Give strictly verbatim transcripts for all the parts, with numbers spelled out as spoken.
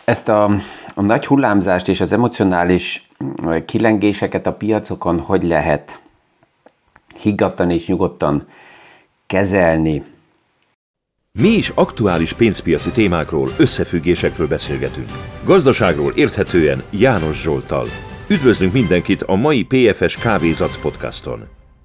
Ezt a, a nagy hullámzást és az emocionális kilengéseket a piacokon hogy lehet higgadtan és nyugodtan kezelni? Mi is aktuális pénzpiaci témákról, összefüggésekről beszélgetünk. Gazdaságról érthetően János Zsolttal. Üdvözlünk mindenkit a mai pé ef es Kávézac podcaston.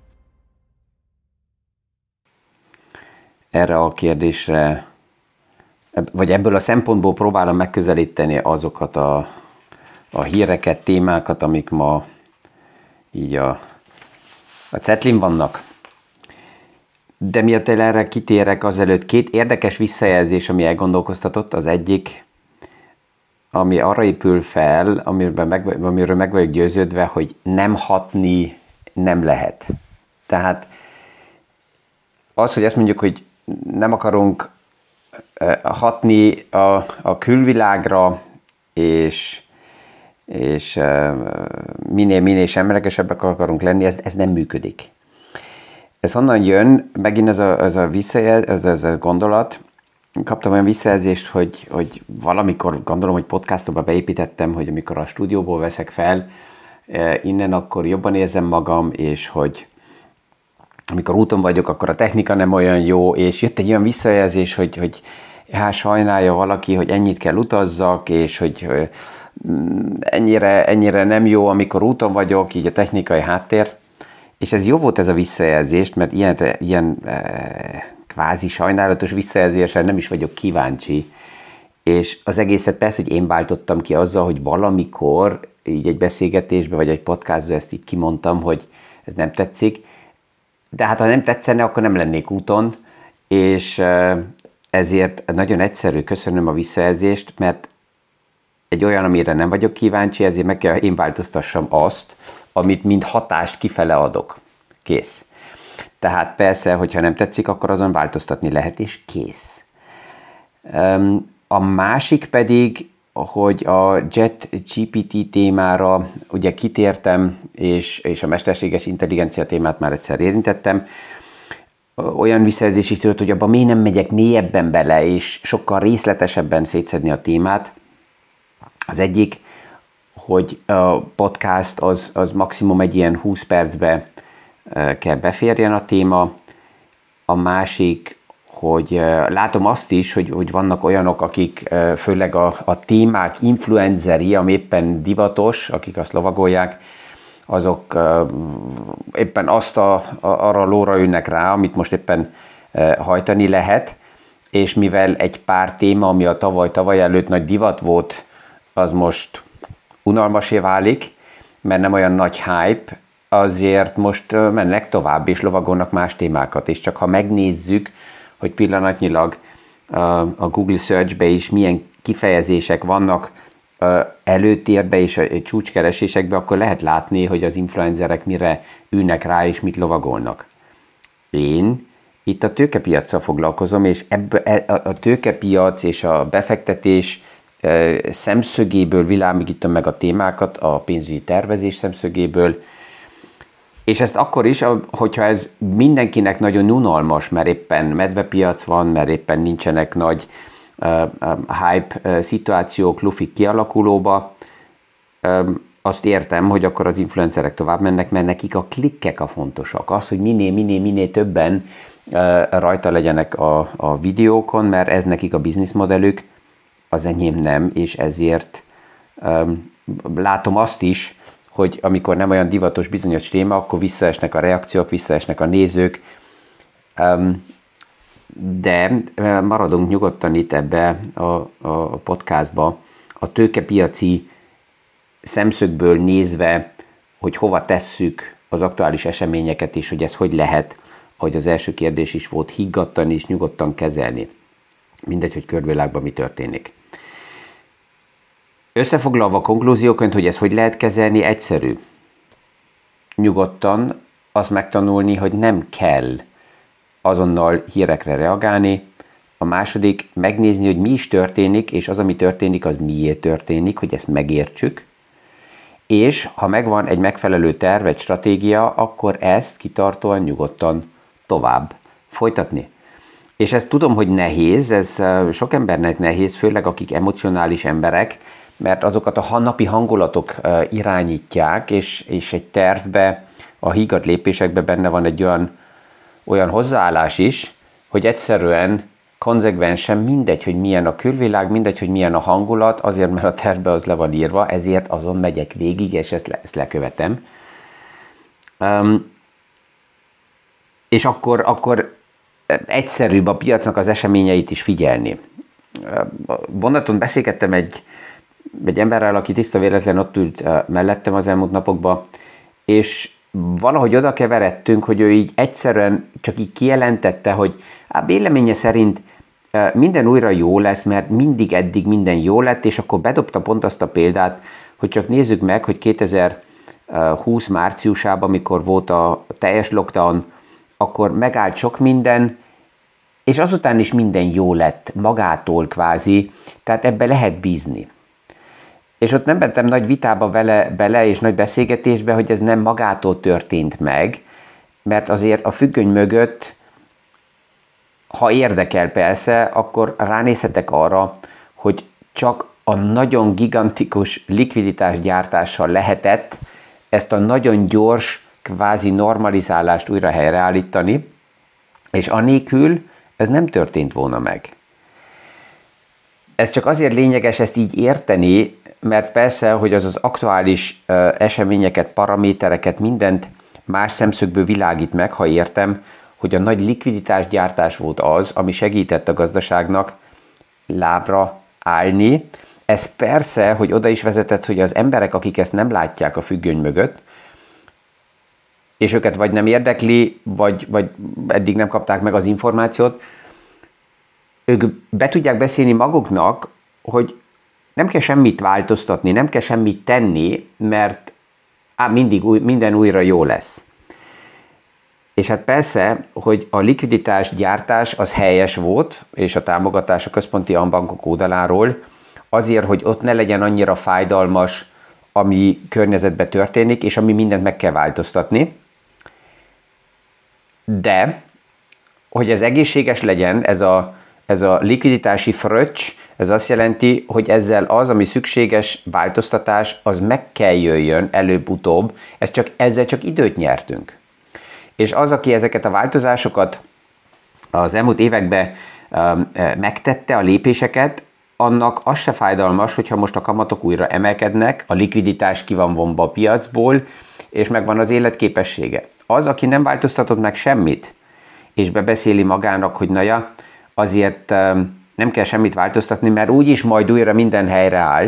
Erre a kérdésre, vagy ebből a szempontból próbálom megközelíteni azokat a, a híreket, témákat, amik ma így a, a cetlin vannak. De miatt erre kitérek, azelőtt két érdekes visszajelzés, ami elgondolkoztatott. Az egyik, ami arra épül fel, amiről meg, amiről meg vagyok győződve, hogy nem hatni nem lehet. Tehát az, hogy azt mondjuk, hogy nem akarunk hatni a, a külvilágra, és, és minél, minél semlegesebbek akarunk lenni, ez, ez nem működik. Ez honnan jön? Megint ez a, ez a, visszajelz, ez, ez a gondolat. Kaptam olyan visszajelzést, hogy, hogy valamikor, gondolom, hogy podcastokba beépítettem, hogy amikor a stúdióból veszek fel, innen akkor jobban érzem magam, és hogy amikor úton vagyok, akkor a technika nem olyan jó, és jött egy olyan visszajelzés, hogy, hogy hát sajnálja valaki, hogy ennyit kell utazzak, és hogy ennyire, ennyire nem jó, amikor úton vagyok, így a technikai háttér. És ez jó volt ez a visszajelzést, mert ilyen, ilyen e, kvázi sajnálatos visszajelzésre nem is vagyok kíváncsi. És az egészet persze, hogy én váltottam ki azzal, hogy valamikor így egy beszélgetésben, vagy egy podcastban ezt így kimondtam, hogy ez nem tetszik. De hát ha nem tetszene, akkor nem lennék úton, és ezért nagyon egyszerű, köszönöm a visszajelzést, mert egy olyan, amire nem vagyok kíváncsi, ezért meg kell én változtassam azt, amit mint hatást kifele adok. Kész. Tehát persze, hogyha nem tetszik, akkor azon változtatni lehet, és kész. A másik pedig, hogy a ChatGPT témára ugye kitértem, és, és a mesterséges intelligencia témát már egyszer érintettem. Olyan visszajelzés is tört, hogy abban miért nem megyek mélyebben bele, és sokkal részletesebben szétszedni a témát. Az egyik, hogy a podcast az, az maximum egy ilyen húsz percbe kell beférjen a téma. A másik, hogy látom azt is, hogy, hogy vannak olyanok, akik főleg a, a témák influenceri, ami éppen divatos, akik azt lovagolják, azok éppen azt a, a, arra a lóra ülnek rá, amit most éppen hajtani lehet, és mivel egy pár téma, ami a tavaly-tavaly előtt nagy divat volt, az most unalmasé válik, mert nem olyan nagy hype, azért most mennek tovább, és lovagolnak más témákat, és csak ha megnézzük, hogy pillanatnyilag a Google Search-be is milyen kifejezések vannak előtérbe és a csúcskeresésekbe, akkor lehet látni, hogy az influencerek mire ülnek rá és mit lovagolnak. Én itt a tőkepiaccal foglalkozom, és ebbe, a tőkepiac és a befektetés szemszögéből világítom meg a témákat, a pénzügyi tervezés szemszögéből, és ezt akkor is, hogyha ez mindenkinek nagyon unalmas, mert éppen medvepiac van, mert éppen nincsenek nagy uh, uh, hype uh, szituációk, lufik kialakulóba, um, azt értem, hogy akkor az influencerek tovább mennek, mert nekik a klikkek a fontosak. Az, hogy minél, minél, minél többen uh, rajta legyenek a, a videókon, mert ez nekik a bizniszmodellük, az enyém nem, és ezért um, látom azt is, hogy amikor nem olyan divatos bizonyos téma, akkor visszaesnek a reakciók, visszaesnek a nézők, de maradunk nyugodtan itt ebbe a, a podcastba, a tőkepiaci szemszögből nézve, hogy hova tesszük az aktuális eseményeket, és hogy ez hogy lehet, ahogy az első kérdés is volt, higgadtan és nyugodtan kezelni. Mindegy, hogy körvilágban mi történik. Összefoglalva a konklúzióként, hogy ezt hogy lehet kezelni, egyszerű. Nyugodtan azt megtanulni, hogy nem kell azonnal hírekre reagálni. A második, megnézni, hogy mi is történik, és az, ami történik, az miért történik, hogy ezt megértsük. És ha megvan egy megfelelő terv, egy stratégia, akkor ezt kitartóan, nyugodtan tovább folytatni. És ezt tudom, hogy nehéz, ez sok embernek nehéz, főleg akik emocionális emberek, mert azokat a napi hangulatok irányítják, és, és egy tervbe, a hígadt lépésekbe benne van egy olyan, olyan hozzáállás is, hogy egyszerűen konzekvensen mindegy, hogy milyen a külvilág, mindegy, hogy milyen a hangulat, azért, mert a tervbe az le van írva, ezért azon megyek végig, és ezt, le, ezt lekövetem. Um, és akkor, akkor egyszerűbb a piacnak az eseményeit is figyelni. Vonaton beszélgettem egy, egy emberrel, aki tiszta véletlen ott ült mellettem az elmúlt napokban, és valahogy oda keveredtünk, hogy ő így egyszerűen csak így kijelentette, hogy a véleménye szerint minden újra jó lesz, mert mindig eddig minden jó lett, és akkor bedobta pont azt a példát, hogy csak nézzük meg, hogy kétezer-húsz márciusában, amikor volt a teljes lockdown, akkor megállt sok minden, és azután is minden jó lett magától kvázi, tehát ebbe lehet bízni. És ott nem mentem nagy vitába vele, bele, és nagy beszélgetésbe, hogy ez nem magától történt meg, mert azért a függöny mögött, ha érdekel persze, akkor ránézhetek arra, hogy csak a nagyon gigantikus likviditásgyártással lehetett ezt a nagyon gyors, kvázi normalizálást újra helyreállítani, és anélkül ez nem történt volna meg. Ez csak azért lényeges ezt így érteni, mert persze, hogy az az aktuális uh, eseményeket, paramétereket, mindent más szemszögből világít meg, ha értem, hogy a nagy likviditásgyártás volt az, ami segített a gazdaságnak lábra állni. Ez persze, hogy oda is vezetett, hogy az emberek, akik ezt nem látják a függöny mögött, és őket vagy nem érdekli, vagy, vagy eddig nem kapták meg az információt, ők be tudják beszélni maguknak, hogy nem kell semmit változtatni, nem kell semmit tenni, mert á, mindig új, minden újra jó lesz. És hát persze, hogy a likviditás gyártás az helyes volt, és a támogatás a központi bankok oldaláról, azért, hogy ott ne legyen annyira fájdalmas, ami környezetben történik, és ami mindent meg kell változtatni. De, hogy ez egészséges legyen, ez a, ez a likviditási fröccs, ez azt jelenti, hogy ezzel az, ami szükséges változtatás, az meg kell jöjjön előbb-utóbb, ez csak, ezzel csak időt nyertünk. És az, aki ezeket a változásokat az elmúlt években um, megtette, a lépéseket, annak az se fájdalmas, hogyha most a kamatok újra emelkednek, a likviditás ki van vonva a piacból, és megvan az életképessége. Az, aki nem változtatott meg semmit, és bebeszéli magának, hogy na ja, azért um, nem kell semmit változtatni, mert úgyis majd újra minden helyre áll,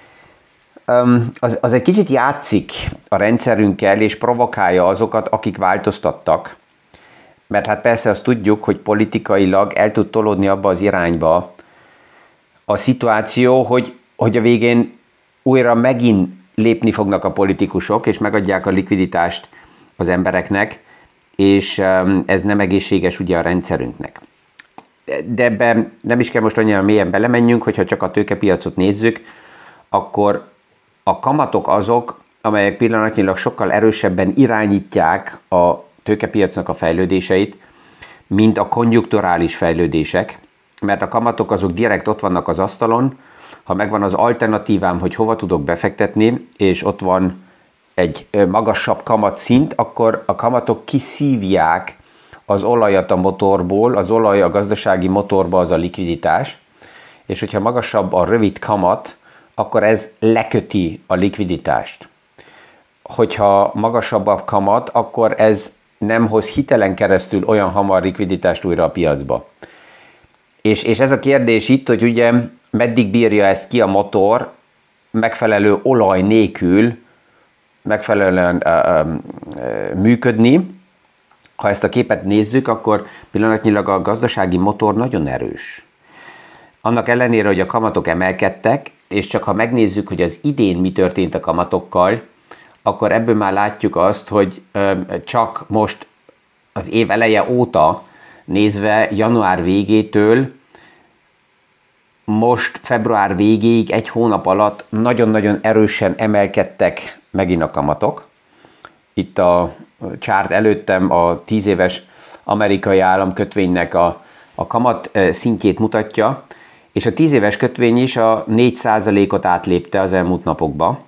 um, az, az egy kicsit játszik a rendszerünkkel, és provokálja azokat, akik változtattak. Mert hát persze azt tudjuk, hogy politikailag el tud tolódni abba az irányba a szituáció, hogy, hogy a végén újra megint lépni fognak a politikusok, és megadják a likviditást az embereknek, és ez nem egészséges ugye a rendszerünknek. De ebben nem is kell most annyira mélyen belemenjünk, hogyha csak a tőkepiacot nézzük, akkor a kamatok azok, amelyek pillanatnyilag sokkal erősebben irányítják a tőkepiacnak a fejlődéseit, mint a konjunkturális fejlődések, mert a kamatok azok direkt ott vannak az asztalon, ha megvan az alternatívám, hogy hova tudok befektetni, és ott van egy magasabb kamatszint, akkor a kamatok kiszívják az olajat a motorból, az olaj a gazdasági motorba az a likviditás, és hogyha magasabb a rövid kamat, akkor ez leköti a likviditást. Hogyha magasabb a kamat, akkor ez nem hoz hitelen keresztül olyan hamar likviditást újra a piacba. És, és ez a kérdés itt, hogy ugye meddig bírja ezt ki a motor megfelelő olaj nélkül megfelelően uh, uh, működni. Ha ezt a képet nézzük, akkor pillanatnyilag a gazdasági motor nagyon erős. Annak ellenére, hogy a kamatok emelkedtek, és csak ha megnézzük, hogy az idén mi történt a kamatokkal, akkor ebből már látjuk azt, hogy uh, csak most az év eleje óta nézve január végétől most február végéig egy hónap alatt nagyon-nagyon erősen emelkedtek megint a kamatok. Itt a chart előttem a tíz éves amerikai államkötvénynek a a kamat szintjét mutatja, és a tíz éves kötvény is a négy százalékot átlépte az elmúlt napokban.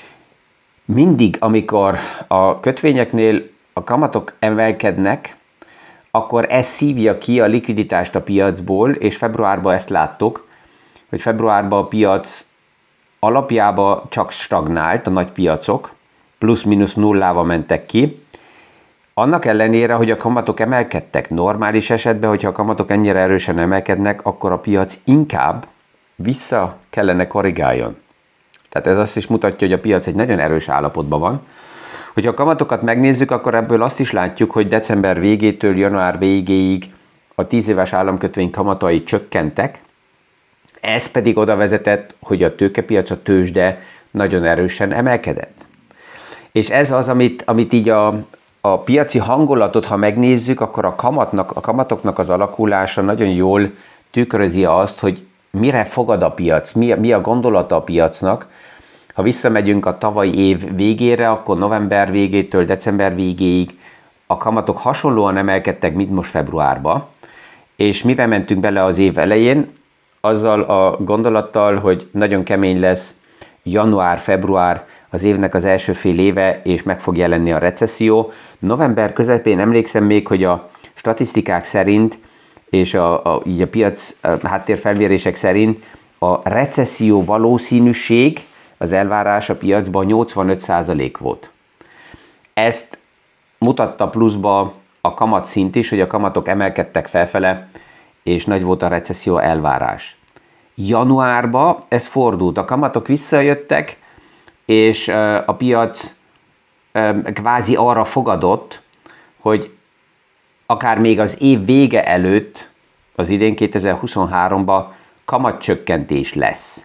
Mindig, amikor a kötvényeknél a kamatok emelkednek, akkor ez szívja ki a likviditást a piacból, és februárban ezt láttuk, hogy februárban a piac alapjában csak stagnált, a nagy piacok, plusz-minusz nullával mentek ki. Annak ellenére, hogy a kamatok emelkedtek, normális esetben, hogyha a kamatok ennyire erősen emelkednek, akkor a piac inkább vissza kellene korrigáljon. Tehát ez azt is mutatja, hogy a piac egy nagyon erős állapotban van. Hogyha a kamatokat megnézzük, akkor ebből azt is látjuk, hogy december végétől január végéig a tíz éves államkötvény kamatai csökkentek. Ez pedig oda vezetett, hogy a tőkepiac, a tőzsde nagyon erősen emelkedett. És ez az, amit, amit így a, a piaci hangulatot, ha megnézzük, akkor a, kamatnak, a kamatoknak az alakulása nagyon jól tükrözi azt, hogy mire fogad a piac, mi, mi a gondolata a piacnak. Ha visszamegyünk a tavalyi év végére, akkor november végétől december végéig a kamatok hasonlóan emelkedtek, mint most februárban. És mivel mentünk bele az év elején? Azzal a gondolattal, hogy nagyon kemény lesz január-február az évnek az első fél éve, és meg fog jelenni a recesszió. November közepén emlékszem még, hogy a statisztikák szerint, és a, a, így a piac a háttérfelmérések szerint a recesszió valószínűség, az elvárás a piacban nyolcvanöt százalék volt. Ezt mutatta pluszba a kamatszint is, hogy a kamatok emelkedtek felfele, és nagy volt a recesszió elvárás. Januárban ez fordult, a kamatok visszajöttek, és a piac kvázi arra fogadott, hogy akár még az év vége előtt, az idén kétezer-huszonháromban kamatcsökkentés lesz.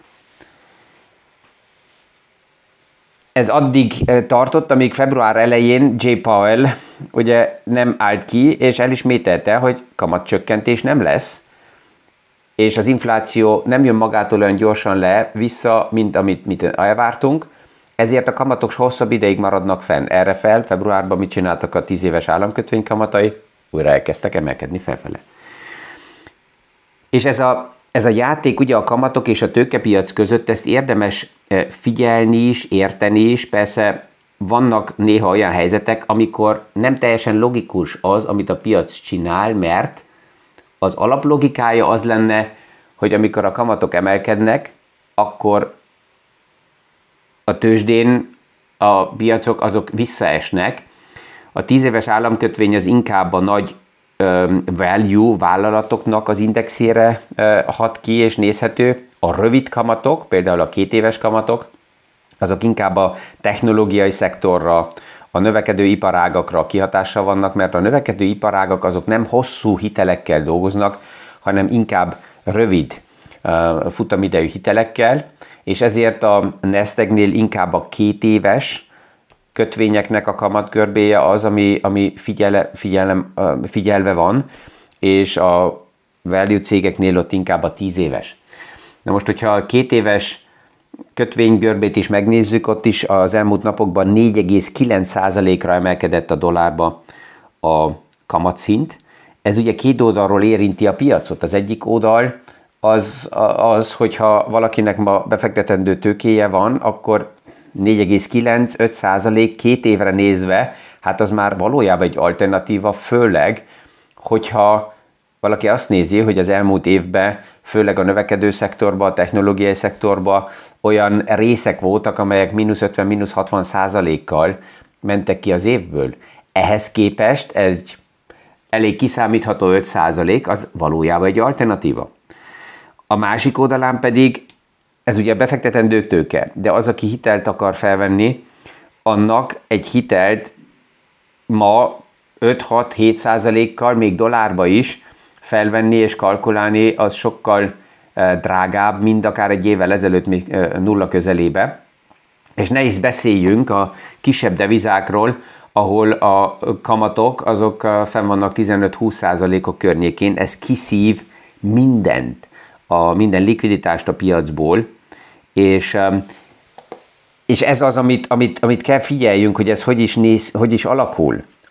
Ez addig tartott, amíg február elején Jay Powell ugye nem állt ki, és elismételte, hogy kamatcsökkentés nem lesz, és az infláció nem jön magától olyan gyorsan le vissza, mint amit mit elvártunk, ezért a kamatok hosszabb ideig maradnak fenn. Erre fel, februárban mit csináltak a tíz éves államkötvény kamatai? Újra elkezdtek emelkedni felfele. És ez a, ez a játék ugye a kamatok és a tőkepiac között, ezt érdemes figyelni is, érteni is. Persze vannak néha olyan helyzetek, amikor nem teljesen logikus az, amit a piac csinál, mert az alaplogikája az lenne, hogy amikor a kamatok emelkednek, akkor a tőzsdén a piacok azok visszaesnek. A tíz éves államkötvény az inkább a nagy um, value vállalatoknak az indexére uh, hat ki és nézhető. A rövid kamatok, például a két éves kamatok, azok inkább a technológiai szektorra, a növekedő iparágakra kihatással vannak, mert a növekedő iparágak azok nem hosszú hitelekkel dolgoznak, hanem inkább rövid uh, futamidejű hitelekkel, és ezért a Nasdaqnél inkább a két éves kötvényeknek a kamatgörbéje az, ami, ami figyele, figyelem, uh, figyelve van, és a value cégeknél ott inkább a tíz éves. Na most, hogyha a két éves kötvénygörbét is megnézzük, ott is az elmúlt napokban négy egész kilenc százalékra emelkedett a dollárba a kamatszint. Ez ugye két oldalról érinti a piacot. Az egyik oldal az, az hogyha valakinek ma befektetendő tőkéje van, akkor négy egész kilenc öt százalék két évre nézve, hát az már valójában egy alternatíva, főleg, hogyha valaki azt nézi, hogy az elmúlt évben főleg a növekedő szektorban, a technológiai szektorban olyan részek voltak, amelyek mínusz ötven, mínusz hatvan százalékkal mentek ki az évből. Ehhez képest ez elég kiszámítható öt százalék, az valójában egy alternatíva. A másik oldalán pedig, ez ugye befektetendő tőke, de az, aki hitelt akar felvenni, annak egy hitelt ma öt-hat-hét százalékkal, még dollárba is felvenni és kalkulálni, az sokkal drágább, mint akár egy évvel ezelőtt még nulla közelébe. És ne is beszéljünk a kisebb devizákról, ahol a kamatok azok fenn vannak tizenöt-húsz százalékok környékén, ez kiszív mindent, a, minden likviditást a piacból, és, és ez az, amit, amit, amit kell figyeljünk, hogy ez hogy is, néz, hogy is alakul.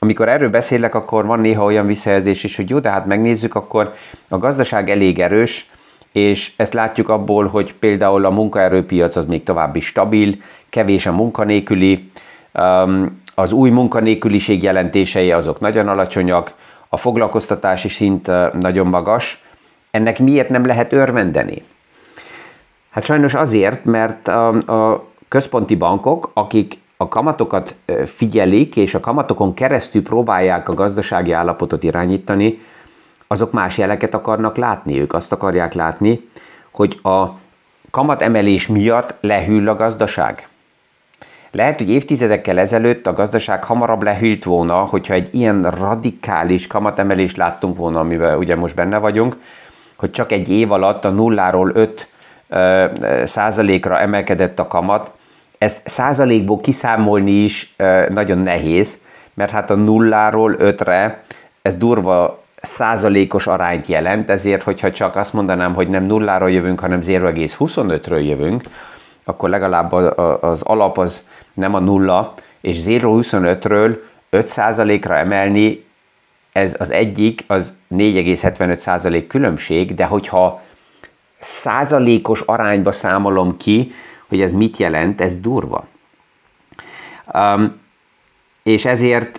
amikor erről beszélek, akkor van néha olyan visszajelzés is, hogy jó, de hát megnézzük, akkor a gazdaság elég erős, és ezt látjuk abból, hogy például a munkaerőpiac az még további stabil, kevés a munkanélküli, az új munkanélküliség jelentései azok nagyon alacsonyak, a foglalkoztatási szint nagyon magas. Ennek miért nem lehet örvendeni? Hát sajnos azért, mert a, a központi bankok, akik a kamatokat figyelik, és a kamatokon keresztül próbálják a gazdasági állapotot irányítani, azok más jeleket akarnak látni. Ők azt akarják látni, hogy a kamatemelés miatt lehűl a gazdaság. Lehet, hogy évtizedekkel ezelőtt a gazdaság hamarabb lehűlt volna, hogyha egy ilyen radikális kamatemelést láttunk volna, amiben ugye most benne vagyunk, hogy csak egy év alatt a nulláról öt százalékra emelkedett a kamat. Ezt százalékból kiszámolni is nagyon nehéz, mert hát a nulláról ötre ez durva százalékos arányt jelent, ezért, hogyha csak azt mondanám, hogy nem nulláról jövünk, hanem zéro egész huszonötről jövünk, akkor legalább az alap az nem a nulla, és zéro egész huszonötről öt százalékra emelni, ez az egyik, az négy egész hetvenöt százalék különbség, de hogyha százalékos arányba számolom ki, hogy ez mit jelent, ez durva. Um, és ezért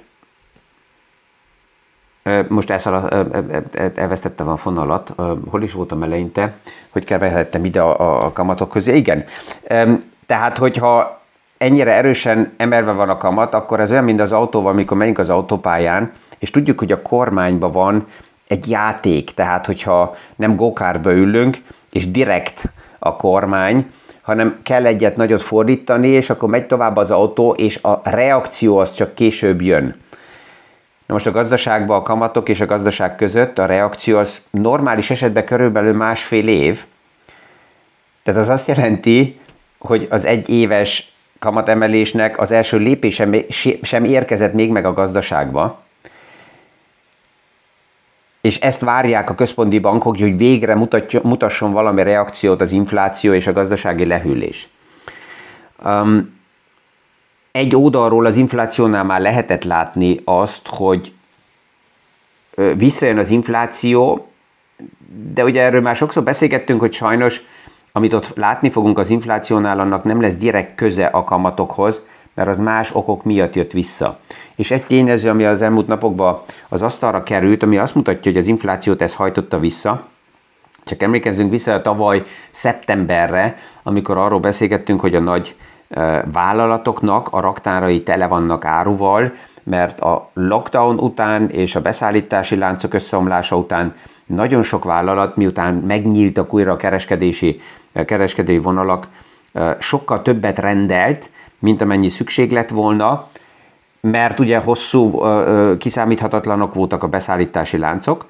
most elvesztettem a fonalat, hol is voltam eleinte, hogy keveredtem ide a, a kamatok közé. Igen, tehát hogyha ennyire erősen emelve van a kamat, akkor ez olyan, mint az autóval, amikor megyünk az autópályán, és tudjuk, hogy a kormányban van egy játék, tehát hogyha nem go-kartba ülünk, és direkt a kormány, hanem kell egyet nagyot fordítani, és akkor megy tovább az autó, és a reakció az csak később jön. Na most a gazdaságban a kamatok és a gazdaság között a reakció az normális esetben körülbelül másfél év. Tehát az azt jelenti, hogy az egy éves kamatemelésnek az első lépése sem érkezett még meg a gazdaságba. És ezt várják a központi bankok, hogy végre mutasson valami reakciót az infláció és a gazdasági lehűlés. Um, Egy oldalról az inflációnál már lehetett látni azt, hogy visszajön az infláció, de ugye erről már sokszor beszélgettünk, hogy sajnos, amit ott látni fogunk az inflációnál, annak nem lesz direkt köze a kamatokhoz, mert az más okok miatt jött vissza. És egy tényező, ami az elmúlt napokban az asztalra került, ami azt mutatja, hogy az inflációt ez hajtotta vissza. Csak emlékezzünk vissza a tavaly szeptemberre, amikor arról beszélgettünk, hogy a nagy vállalatoknak a raktárai tele vannak áruval, mert a lockdown után és a beszállítási láncok összeomlása után nagyon sok vállalat, miután megnyíltak újra a kereskedési, a kereskedői vonalak, sokkal többet rendelt, mint amennyi szükség lett volna, mert ugye hosszú, kiszámíthatatlanok voltak a beszállítási láncok.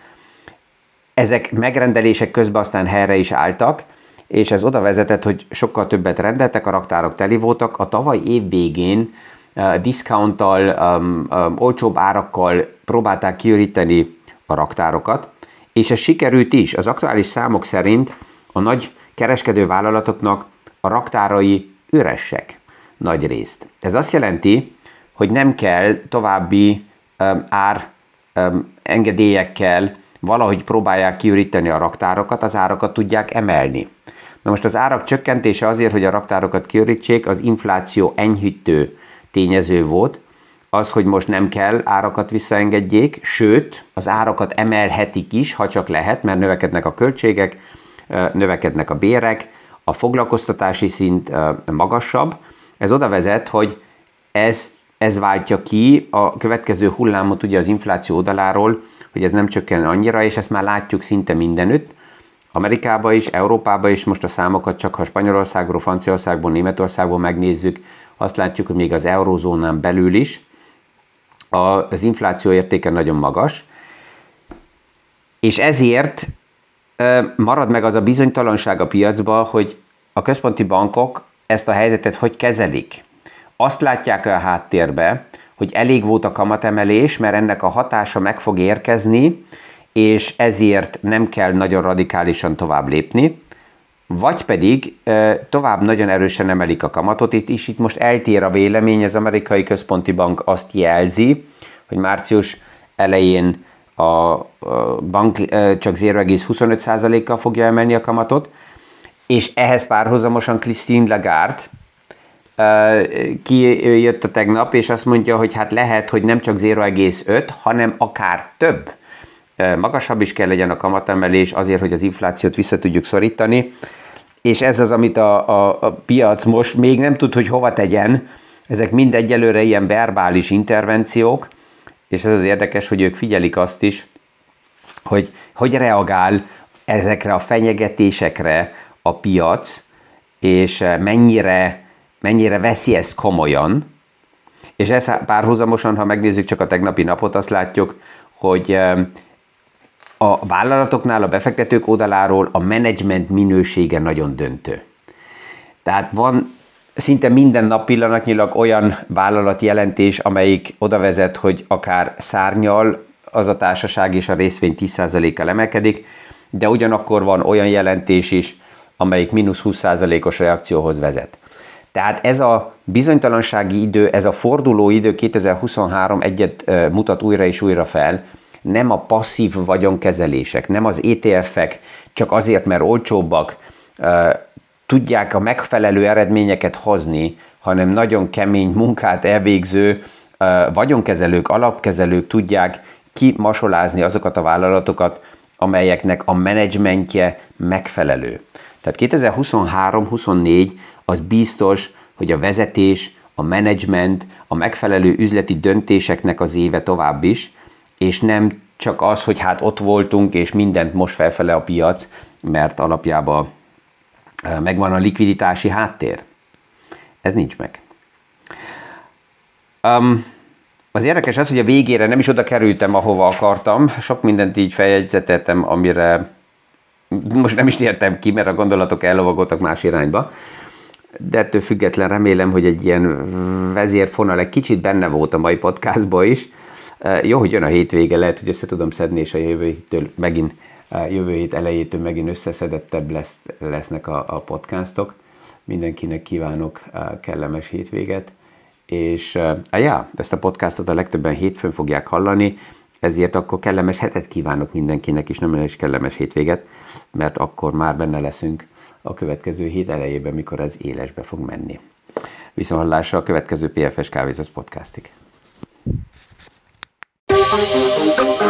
Ezek megrendelések közben aztán helyre is álltak, és ez oda vezetett, hogy sokkal többet rendeltek, a raktárok teli voltak. A tavaly év végén uh, diszkaunttal, um, um, olcsóbb árakkal próbálták kiüríteni a raktárokat, és ez sikerült is. Az aktuális számok szerint a nagy kereskedő vállalatoknak a raktárai üresek nagy részt. Ez azt jelenti, hogy nem kell további um, ár um, engedélyekkel valahogy próbálják kiüríteni a raktárokat, az árakat tudják emelni. Na most az árak csökkentése azért, hogy a raktárokat kiürítsék, az infláció enyhítő tényező volt, az, hogy most nem kell árakat visszaengedjék, sőt, az árakat emelhetik is, ha csak lehet, mert növekednek a költségek, növekednek a bérek, a foglalkoztatási szint magasabb. Ez oda vezet, hogy ez, ez váltja ki a következő hullámot ugye az infláció oldaláról, hogy ez nem csökken annyira, és ezt már látjuk szinte mindenütt. Amerikában is, Európában is, most a számokat csak ha Spanyolországból, Franciaországból, Németországból megnézzük, azt látjuk, hogy még az eurózónán belül is az infláció értéke nagyon magas, és ezért marad meg az a bizonytalanság a piacban, hogy a központi bankok ezt a helyzetet hogy kezelik. Azt látják a háttérbe, hogy elég volt a kamatemelés, mert ennek a hatása meg fog érkezni, és ezért nem kell nagyon radikálisan tovább lépni, vagy pedig e, tovább nagyon erősen emelik a kamatot, itt is itt most eltér a vélemény, az amerikai központi bank azt jelzi, hogy hogy március elején a bank csak zéro egész huszonöt százalékkal fogja emelni a kamatot, és ehhez párhuzamosan Christine Lagarde kijött a tegnap, és azt mondja, hogy hát lehet, hogy nem csak zéro egész öt, hanem akár több. Magasabb is kell legyen a kamatemelés azért, hogy az inflációt vissza tudjuk szorítani, és ez az, amit a, a, a piac most még nem tud, hogy hova tegyen. Ezek mind egyelőre ilyen verbális intervenciók, és ez az érdekes, hogy ők figyelik azt is, hogy hogy reagál ezekre a fenyegetésekre a piac, és mennyire, mennyire veszi ezt komolyan. És ez párhuzamosan, ha megnézzük csak a tegnapi napot, azt látjuk, hogy a vállalatoknál, a befektetők oldaláról a menedzsment minősége nagyon döntő. Tehát van szinte minden nap pillanatnyilag olyan vállalatjelentés, amelyik oda vezet, hogy akár szárnyal az a társaság és a részvény tíz százalékkal emelkedik, de ugyanakkor van olyan jelentés is, amelyik mínusz húsz százalékos reakcióhoz vezet. Tehát ez a bizonytalansági idő, ez a forduló idő kétezer-huszonhárom egyet mutat újra és újra fel, nem a passzív vagyonkezelések, nem az é té ef-ek csak azért, mert olcsóbbak, tudják a megfelelő eredményeket hozni, hanem nagyon kemény munkát elvégző vagyonkezelők, alapkezelők tudják kimasolázni azokat a vállalatokat, amelyeknek a menedzsmentje megfelelő. Tehát kétezer-huszonhárom huszonnégy az biztos, hogy a vezetés, a menedzsment, a megfelelő üzleti döntéseknek az éve tovább is, és nem csak az, hogy hát ott voltunk, és mindent most felfele a piac, mert alapjában megvan a likviditási háttér. Ez nincs meg. Um, az érdekes az, hogy a végére nem is oda kerültem, ahova akartam. Sok mindent így feljegyzeteltem, amire most nem is értem ki, mert a gondolatok ellovagoltak más irányba. De ettől független remélem, hogy egy ilyen vezérfonal egy kicsit benne volt a mai podcastban is. Jó, hogy jön a hétvége, lehet, hogy össze tudom szedni, és a jövő héttől megint, jövő hét elejétől megint összeszedettebb lesz, lesznek a, a podcastok. Mindenkinek kívánok kellemes hétvéget, és á, já, ezt a podcastot a legtöbben hétfőn fogják hallani, ezért akkor kellemes hetet kívánok mindenkinek, és nem is kellemes hétvéget, mert akkor már benne leszünk a következő hét elejében, mikor ez élesbe fog menni. Viszonthallásra a következő pé ef es Kávézac podcastig. Thank you.